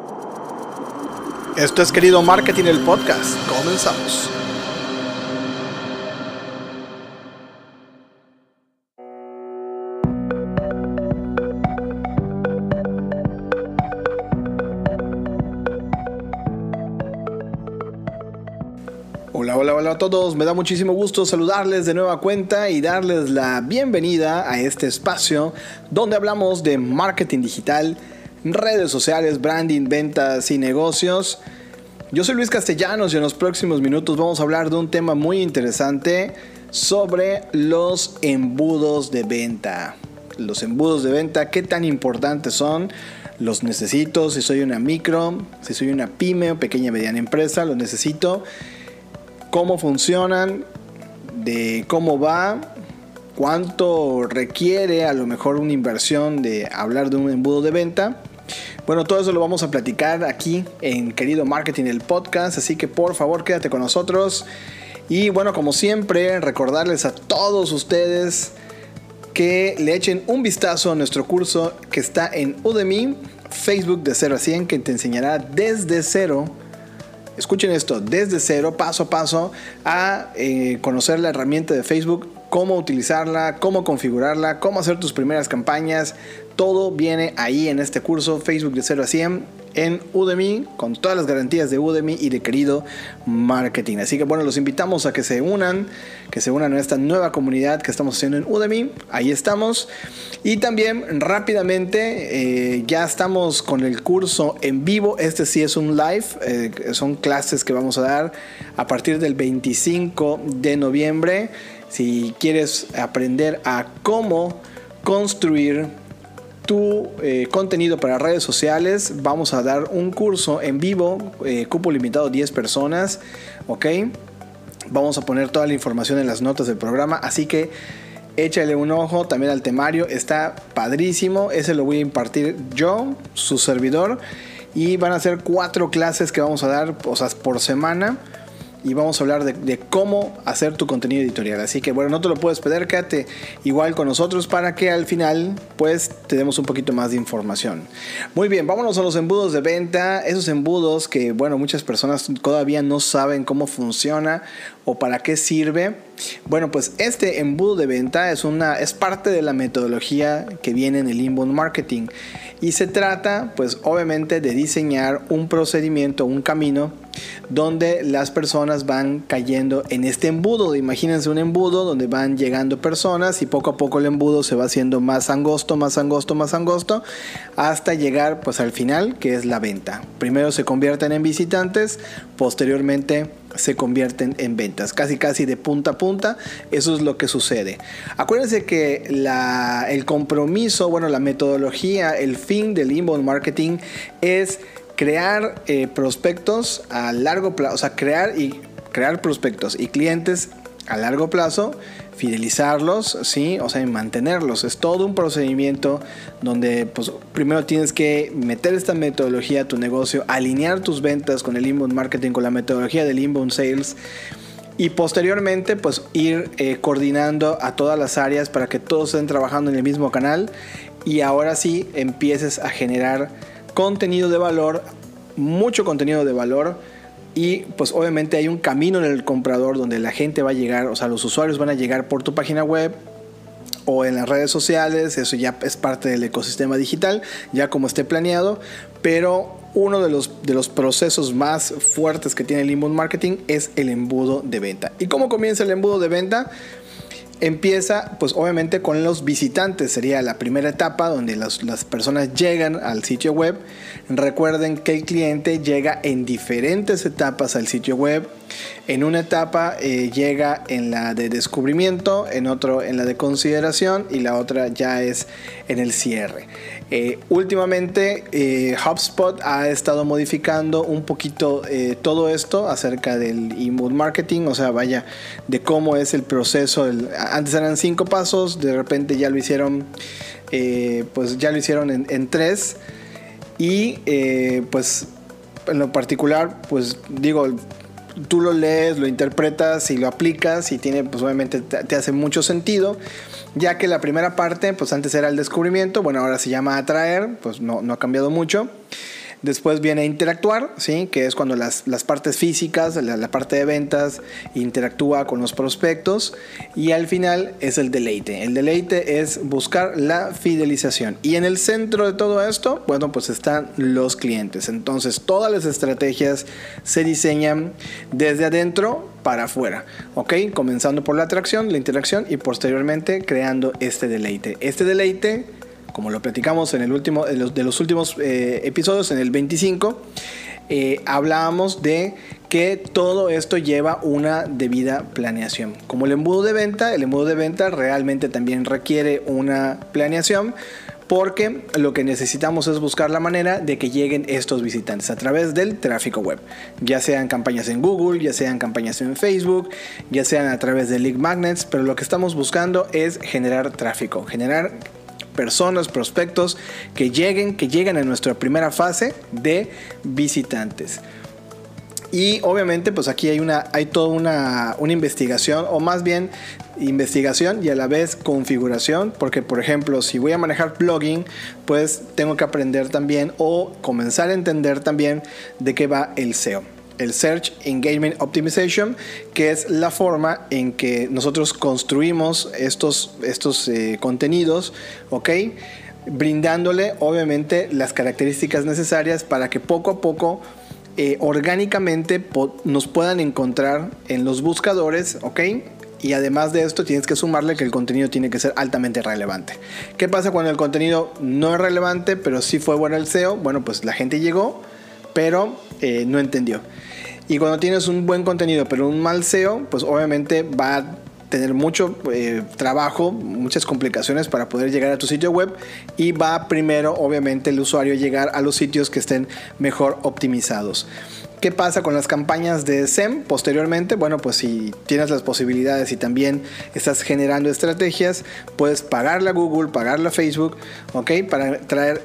Esto es Querido Marketing, el podcast. Comenzamos. Hola a todos, me da muchísimo gusto saludarles de nueva cuenta y darles la bienvenida a este espacio donde hablamos de marketing digital, redes sociales, branding, ventas y negocios. Yo soy Luis Castellanos y en los próximos minutos vamos a hablar de un tema muy interesante sobre los embudos de venta. Los embudos de venta, ¿qué tan importantes son? Los necesito, si soy una micro, si soy una pyme o pequeña mediana empresa, los necesito. Cómo funcionan, de cómo va, cuánto requiere a lo mejor una inversión de hablar de un embudo de venta. Bueno, todo eso lo vamos a platicar aquí en Querido Marketing, el podcast, así que por favor quédate con nosotros. Y bueno, como siempre, recordarles a todos ustedes que le echen un vistazo a nuestro curso que está en Udemy, Facebook de 0 a 100, que te enseñará desde cero. Escuchen esto, desde cero, paso a paso, a conocer la herramienta de Facebook, cómo utilizarla, cómo configurarla, cómo hacer tus primeras campañas. Todo viene ahí en este curso, Facebook de 0 a 100, en Udemy, con todas las garantías de Udemy y de Querido Marketing. Así que bueno, los invitamos a que se unan a esta nueva comunidad que estamos haciendo en Udemy. Ahí estamos. Y también rápidamente ya estamos con el curso en vivo. Este sí es un live, son clases que vamos a dar a partir del 25 de noviembre. Si quieres aprender a cómo construir tu contenido para redes sociales, vamos a dar un curso en vivo, cupo limitado 10 personas, ¿ok? Vamos a poner toda la información en las notas del programa, así que échale un ojo también al temario, está padrísimo. Ese lo voy a impartir yo, su servidor, y van a ser 4 clases que vamos a dar, o sea, por semana. Y vamos a hablar de cómo hacer tu contenido editorial. Así que bueno, no te lo puedes perder, quédate igual con nosotros para que al final pues te demos un poquito más de información. Muy bien, vámonos a los embudos de venta. Esos embudos que bueno, muchas personas todavía no saben cómo funciona o para qué sirve. Bueno, pues este embudo de venta es parte de la metodología que viene en el inbound marketing. Y se trata pues obviamente de diseñar un procedimiento, un camino donde las personas van cayendo en este embudo. Imagínense un embudo donde van llegando personas y poco a poco el embudo se va haciendo más angosto, hasta llegar pues al final, que es la venta. Primero se convierten en visitantes, posteriormente se convierten en ventas, casi de punta a punta. Eso es lo que sucede. Acuérdense que el compromiso, bueno, la metodología, el fin del inbound marketing es crear prospectos a largo plazo, o sea, crear prospectos y clientes a largo plazo, fidelizarlos, ¿sí? O sea, mantenerlos. Es todo un procedimiento donde pues, primero tienes que meter esta metodología a tu negocio, alinear tus ventas con el inbound marketing, con la metodología del inbound sales, y posteriormente pues ir coordinando a todas las áreas para que todos estén trabajando en el mismo canal y ahora sí empieces a generar contenido de valor, mucho contenido de valor. Y pues obviamente hay un camino en el comprador donde la gente va a llegar, o sea, los usuarios van a llegar por tu página web o en las redes sociales. Eso ya es parte del ecosistema digital, ya como esté planeado. Pero uno de los procesos más fuertes que tiene el inbound marketing es el embudo de venta. ¿Y cómo comienza el embudo de venta? Empieza pues obviamente con los visitantes, sería la primera etapa donde las personas llegan al sitio web. Recuerden que el cliente llega en diferentes etapas al sitio web. En una etapa llega en la de descubrimiento, en otro en la de consideración y la otra ya es en el cierre. Últimamente HubSpot ha estado modificando un poquito todo esto acerca del inbound marketing, o sea, vaya, de cómo es el proceso. Antes eran 5 pasos, de repente ya lo hicieron en 3 y pues en lo particular, pues digo, tú lo lees, lo interpretas y lo aplicas y tiene, pues obviamente te hace mucho sentido, ya que la primera parte, pues antes era el descubrimiento, bueno, ahora se llama atraer, pues no ha cambiado mucho. Después viene interactuar, ¿sí? Que es cuando las partes físicas, la parte de ventas, interactúa con los prospectos. Y al final es el deleite. El deleite es buscar la fidelización. Y en el centro de todo esto, bueno, pues están los clientes. Entonces, todas las estrategias se diseñan desde adentro para afuera, ¿ok? Comenzando por la atracción, la interacción y posteriormente creando este deleite. Este deleite, como lo platicamos en el último de los últimos episodios, en el 25, hablábamos de que todo esto lleva una debida planeación. Como el embudo de venta realmente también requiere una planeación, porque lo que necesitamos es buscar la manera de que lleguen estos visitantes a través del tráfico web, ya sean campañas en Google, ya sean campañas en Facebook, ya sean a través de lead magnets, pero lo que estamos buscando es generar tráfico, generar personas, prospectos que lleguen a nuestra primera fase de visitantes. Y obviamente pues aquí hay toda una investigación, o más bien investigación y a la vez configuración, porque por ejemplo si voy a manejar blogging, pues tengo que aprender también o comenzar a entender también de qué va el SEO, el Search Engagement Optimization, que es la forma en que nosotros construimos estos contenidos, ¿ok? Brindándole obviamente las características necesarias para que poco a poco orgánicamente nos puedan encontrar en los buscadores, ¿ok? Y además de esto tienes que sumarle que el contenido tiene que ser altamente relevante. ¿Qué pasa cuando el contenido no es relevante, pero sí fue bueno el SEO? Bueno, pues la gente llegó, pero no entendió. Y cuando tienes un buen contenido, pero un mal SEO, pues obviamente va a tener mucho trabajo, muchas complicaciones para poder llegar a tu sitio web, y va primero obviamente el usuario a llegar a los sitios que estén mejor optimizados. ¿Qué pasa con las campañas de SEM posteriormente? Bueno, pues si tienes las posibilidades y también estás generando estrategias, puedes pagarle a Google, pagarle a Facebook, ¿ok? Para traer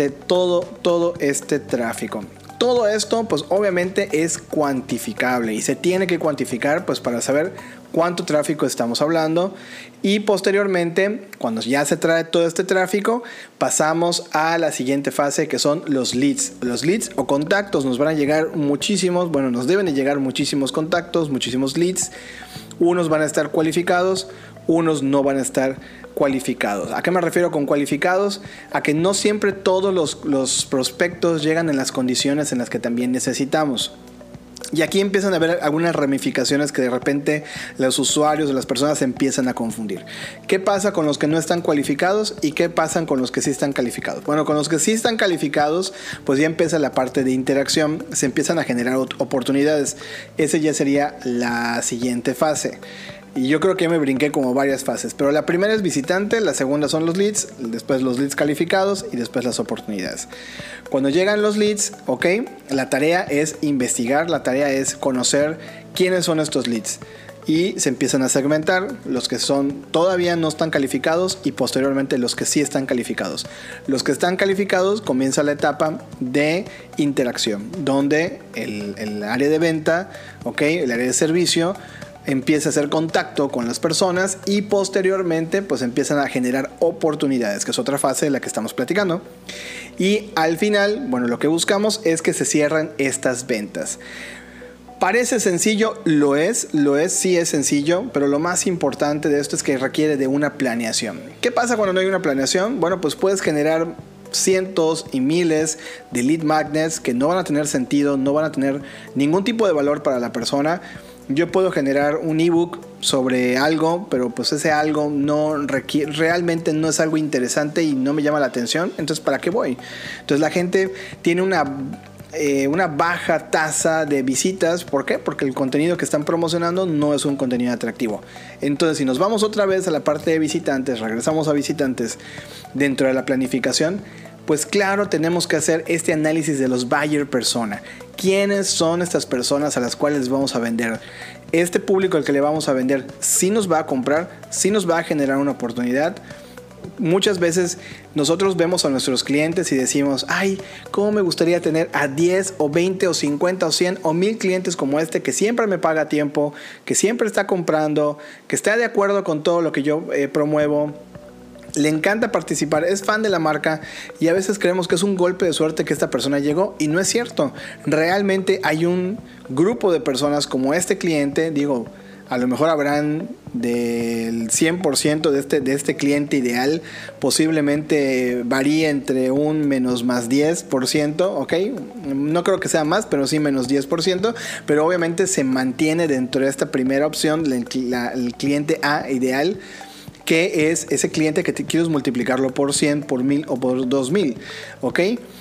todo este tráfico. Todo esto pues obviamente es cuantificable y se tiene que cuantificar pues para saber cuánto tráfico estamos hablando, y posteriormente cuando ya se trae todo este tráfico pasamos a la siguiente fase, que son los leads. Los leads o contactos. Nos van a llegar muchísimos, bueno, nos deben de llegar muchísimos contactos, muchísimos leads. Unos van a estar cualificados, unos no van a estar cualificados. ¿A qué me refiero con cualificados? A que no siempre todos los prospectos llegan en las condiciones en las que también necesitamos. Y aquí empiezan a haber algunas ramificaciones que de repente los usuarios o las personas se empiezan a confundir. ¿Qué pasa con los que no están cualificados y qué pasa con los que sí están calificados? Bueno, con los que sí están calificados, pues ya empieza la parte de interacción, se empiezan a generar oportunidades. Esa ya sería la siguiente fase. Y yo creo que me brinqué como varias fases, pero la primera es visitante, la segunda son los leads, después los leads calificados y después las oportunidades. Cuando llegan los leads, ok, la tarea es investigar, la tarea es conocer quiénes son estos leads. Y se empiezan a segmentar los que todavía no están calificados y posteriormente los que sí están calificados. Los que están calificados, comienza la etapa de interacción, donde el área de venta, ok, el área de servicio, empieza a hacer contacto con las personas y posteriormente pues empiezan a generar oportunidades, que es otra fase de la que estamos platicando. Y al final, bueno, lo que buscamos es que se cierren estas ventas. Parece sencillo, sí es sencillo, pero lo más importante de esto es que requiere de una planeación. ¿Qué pasa cuando no hay una planeación? Bueno, pues puedes generar cientos y miles de lead magnets que no van a tener sentido, no van a tener ningún tipo de valor para la persona. Yo puedo generar un ebook sobre algo, pero pues ese algo realmente no es algo interesante y no me llama la atención. Entonces, ¿para qué voy? Entonces la gente tiene una baja tasa de visitas. ¿Por qué? Porque el contenido que están promocionando no es un contenido atractivo. Entonces, si nos vamos otra vez a la parte de visitantes, regresamos a visitantes dentro de la planificación, pues claro, tenemos que hacer este análisis de los buyer persona. ¿Quiénes son estas personas a las cuales vamos a vender? Este público al que le vamos a vender, ¿sí nos va a comprar? ¿Sí nos va a generar una oportunidad? Muchas veces nosotros vemos a nuestros clientes y decimos, ay, cómo me gustaría tener a 10 o 20 o 50 o 100 o 1000 clientes como este, que siempre me paga a tiempo, que siempre está comprando, que está de acuerdo con todo lo que yo promuevo, le encanta participar, es fan de la marca y a veces creemos que es un golpe de suerte que esta persona llegó y no es cierto. Realmente hay un grupo de personas como este cliente, digo, a lo mejor habrán del 100% de este cliente ideal, posiblemente varíe entre un menos más 10%, ¿ok? No creo que sea más, pero sí menos 10%, pero obviamente se mantiene dentro de esta primera opción, el cliente A ideal, que es ese cliente que te quieres multiplicarlo por 100, por 1000 o por 2000, ¿ok?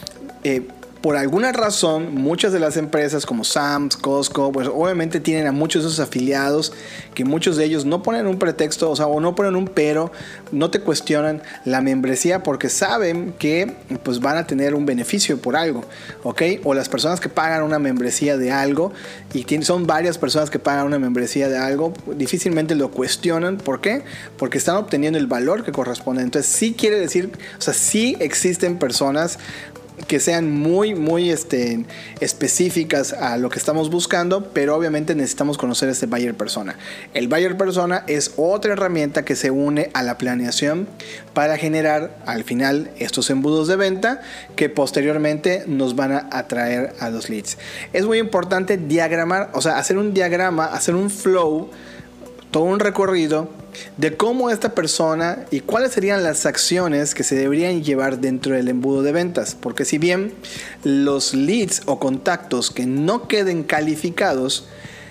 Por alguna razón, muchas de las empresas como Sam's, Costco, pues obviamente tienen a muchos de esos afiliados que muchos de ellos no ponen un pretexto, o no ponen un pero, no te cuestionan la membresía porque saben que pues van a tener un beneficio por algo, ¿ok? O las personas que pagan una membresía de algo y son varias personas que pagan una membresía de algo, difícilmente lo cuestionan. ¿Por qué? Porque están obteniendo el valor que corresponde. Entonces sí quiere decir, sí existen personas que sean muy específicas a lo que estamos buscando, pero obviamente necesitamos conocer este buyer persona. El buyer persona es otra herramienta que se une a la planeación para generar al final estos embudos de venta que posteriormente nos van a atraer a los leads. Es muy importante diagramar, hacer un diagrama, hacer un flow, todo un recorrido de cómo esta persona y cuáles serían las acciones que se deberían llevar dentro del embudo de ventas. Porque si bien los leads o contactos que no queden calificados,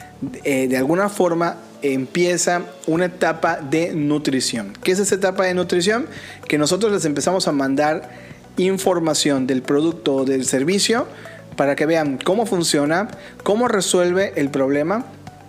de alguna forma empieza una etapa de nutrición. ¿Qué es esa etapa de nutrición? Que nosotros les empezamos a mandar información del producto o del servicio para que vean cómo funciona, cómo resuelve el problema,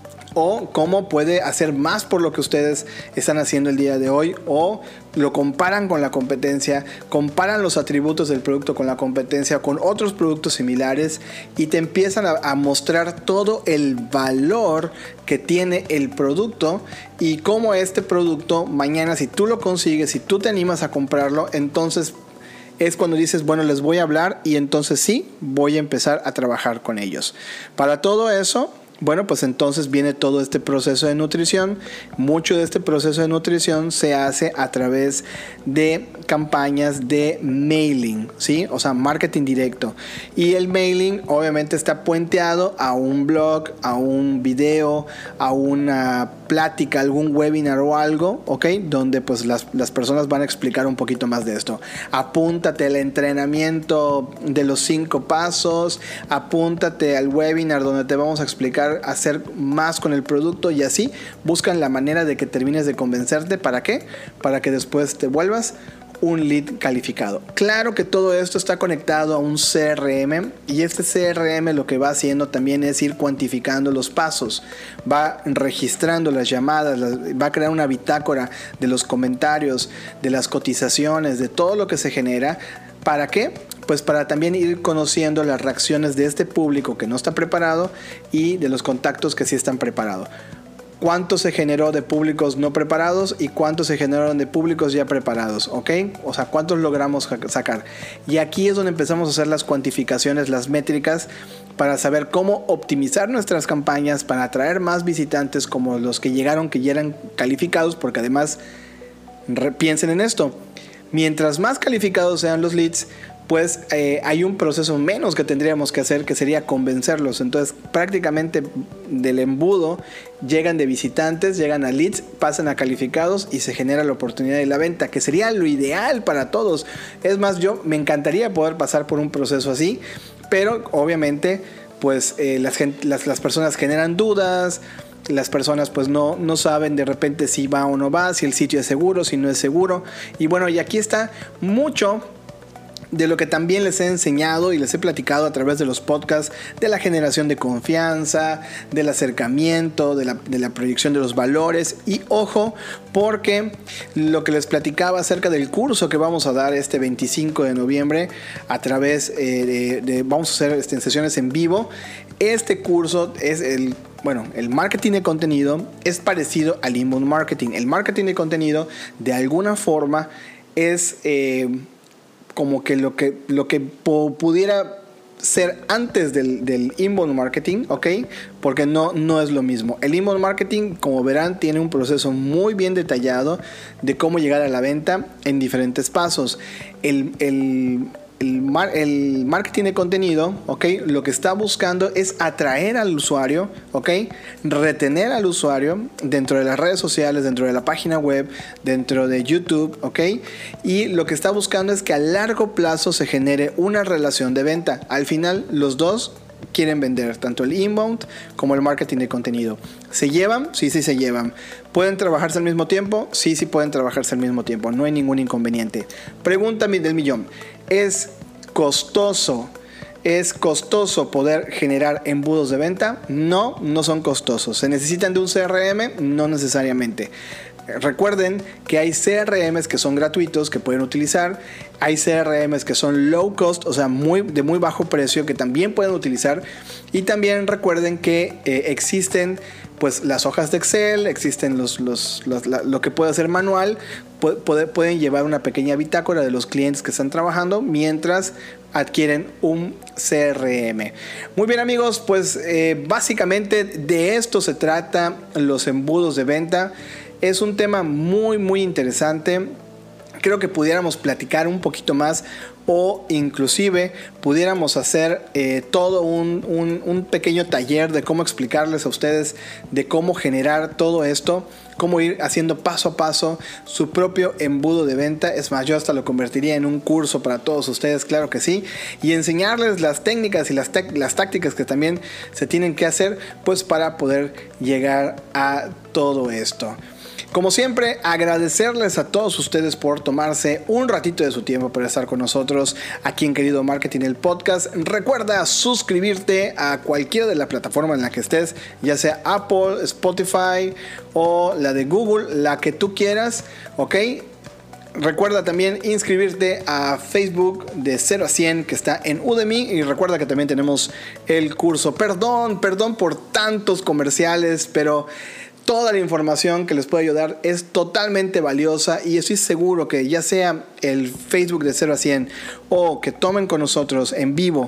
o cómo puede hacer más por lo que ustedes están haciendo el día de hoy, o lo comparan con la competencia, comparan los atributos del producto con la competencia, con otros productos similares, y te empiezan a mostrar todo el valor que tiene el producto y cómo este producto mañana, si tú lo consigues, si tú te animas a comprarlo, entonces es cuando dices, bueno, les voy a hablar y entonces sí, voy a empezar a trabajar con ellos. Para todo eso, bueno, pues entonces viene todo este proceso de nutrición. Mucho de este proceso de nutrición se hace a través de campañas de mailing, ¿sí? Marketing directo. Y el mailing obviamente está puenteado a un blog, a un video, a una plática, algún webinar o algo, ¿ok? Donde pues las personas van a explicar un poquito más de esto. Apúntate al entrenamiento de los 5 pasos, apúntate al webinar donde te vamos a explicar hacer más con el producto, y así buscan la manera de que termines de convencerte. ¿Para qué? Para que después te vuelvas un lead calificado. Claro que todo esto está conectado a un CRM, y este CRM lo que va haciendo también es ir cuantificando los pasos, va registrando las llamadas, va a crear una bitácora de los comentarios, de las cotizaciones, de todo lo que se genera. ¿Para qué? Pues para también ir conociendo las reacciones de este público que no está preparado y de los contactos que sí están preparados. ¿Cuánto se generó de públicos no preparados y cuánto se generaron de públicos ya preparados? ¿Ok? ¿Cuántos logramos sacar? Y aquí es donde empezamos a hacer las cuantificaciones, las métricas, para saber cómo optimizar nuestras campañas para atraer más visitantes como los que llegaron, que ya eran calificados, porque además piensen en esto. Mientras más calificados sean los leads, pues hay un proceso menos que tendríamos que hacer, que sería convencerlos. Entonces prácticamente del embudo llegan de visitantes, llegan a leads, pasan a calificados y se genera la oportunidad de la venta, que sería lo ideal para todos. Es más, yo me encantaría poder pasar por un proceso así, pero obviamente pues las personas generan dudas. Las personas pues no saben de repente si va o no va, si el sitio es seguro, si no es seguro. Y bueno, y aquí está mucho de lo que también les he enseñado y les he platicado a través de los podcasts, de la generación de confianza, del acercamiento, de la proyección de los valores. Y ojo, porque lo que les platicaba acerca del curso que vamos a dar este 25 de noviembre a través vamos a hacer sesiones en vivo. Este curso es el marketing de contenido, es parecido al inbound marketing. El marketing de contenido de alguna forma es como que lo que pudiera ser antes del inbound marketing, ¿ok? Porque no es lo mismo. El inbound marketing, como verán, tiene un proceso muy bien detallado de cómo llegar a la venta en diferentes pasos. El marketing de contenido, ¿ok? Lo que está buscando es atraer al usuario, ¿ok? Retener al usuario dentro de las redes sociales, dentro de la página web, dentro de YouTube, ¿ok? Y lo que está buscando es que a largo plazo se genere una relación de venta. Al final, los dos quieren vender, tanto el inbound como el marketing de contenido. ¿Se llevan? Sí, se llevan. ¿Pueden trabajarse al mismo tiempo? Sí, pueden trabajarse al mismo tiempo. No hay ningún inconveniente. Pregunta del millón. ¿Es costoso poder generar embudos de venta? No son costosos. ¿Se necesitan de un CRM? No necesariamente. Recuerden que hay CRMs que son gratuitos que pueden utilizar, hay CRMs que son low cost, o sea de muy bajo precio, que también pueden utilizar, y también recuerden que existen pues las hojas de Excel, existen lo que puede hacer manual, pueden llevar una pequeña bitácora de los clientes que están trabajando mientras adquieren un CRM. Muy bien, amigos, pues básicamente de esto se trata los embudos de venta. Es un tema muy interesante. Creo que pudiéramos platicar un poquito más, o inclusive pudiéramos hacer todo un pequeño taller de cómo explicarles a ustedes de cómo generar todo esto, cómo ir haciendo paso a paso su propio embudo de venta. Es más, yo hasta lo convertiría en un curso para todos ustedes, claro que sí, y enseñarles las técnicas y las tácticas que también se tienen que hacer pues para poder llegar a todo esto. Como siempre, agradecerles a todos ustedes por tomarse un ratito de su tiempo para estar con nosotros aquí en Querido Marketing, el podcast. Recuerda suscribirte a cualquiera de las plataformas en la que estés, ya sea Apple, Spotify o la de Google, la que tú quieras, ¿ok? Recuerda también inscribirte a Facebook de 0 a 100 que está en Udemy, y recuerda que también tenemos el curso. Perdón por tantos comerciales, pero toda la información que les puede ayudar es totalmente valiosa, y estoy seguro que ya sea el Facebook de 0 a 100 o que tomen con nosotros en vivo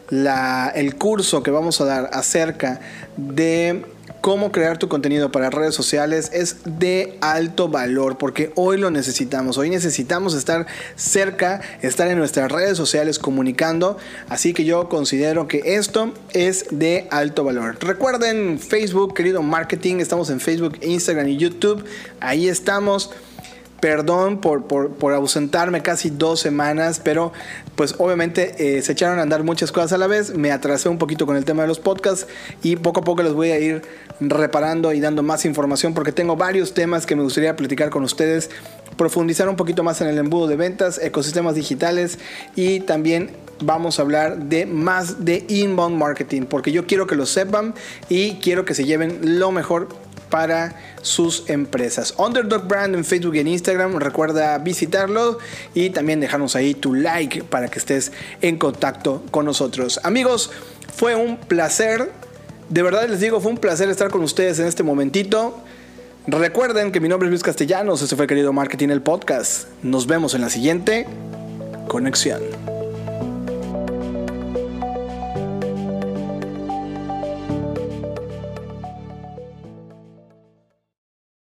el curso que vamos a dar acerca de cómo crear tu contenido para redes sociales, es de alto valor, porque hoy lo necesitamos. Hoy necesitamos estar cerca, estar en nuestras redes sociales comunicando. Así que yo considero que esto es de alto valor. Recuerden Facebook, Querido Marketing. Estamos en Facebook, Instagram y YouTube. Ahí estamos. Perdón por ausentarme casi 2 semanas, pero pues obviamente se echaron a andar muchas cosas a la vez. Me atrasé un poquito con el tema de los podcasts, y poco a poco les voy a ir reparando y dando más información, porque tengo varios temas que me gustaría platicar con ustedes, profundizar un poquito más en el embudo de ventas, ecosistemas digitales, y también vamos a hablar de más de inbound marketing, porque yo quiero que lo sepan y quiero que se lleven lo mejor para sus empresas. Underdog Brand en Facebook y en Instagram. Recuerda visitarlo y también dejarnos ahí tu like para que estés en contacto con nosotros. Amigos, fue un placer. De verdad les digo, fue un placer estar con ustedes en este momentito. Recuerden que mi nombre es Luis Castellanos. Este fue Querido Marketing, el podcast. Nos vemos en la siguiente conexión.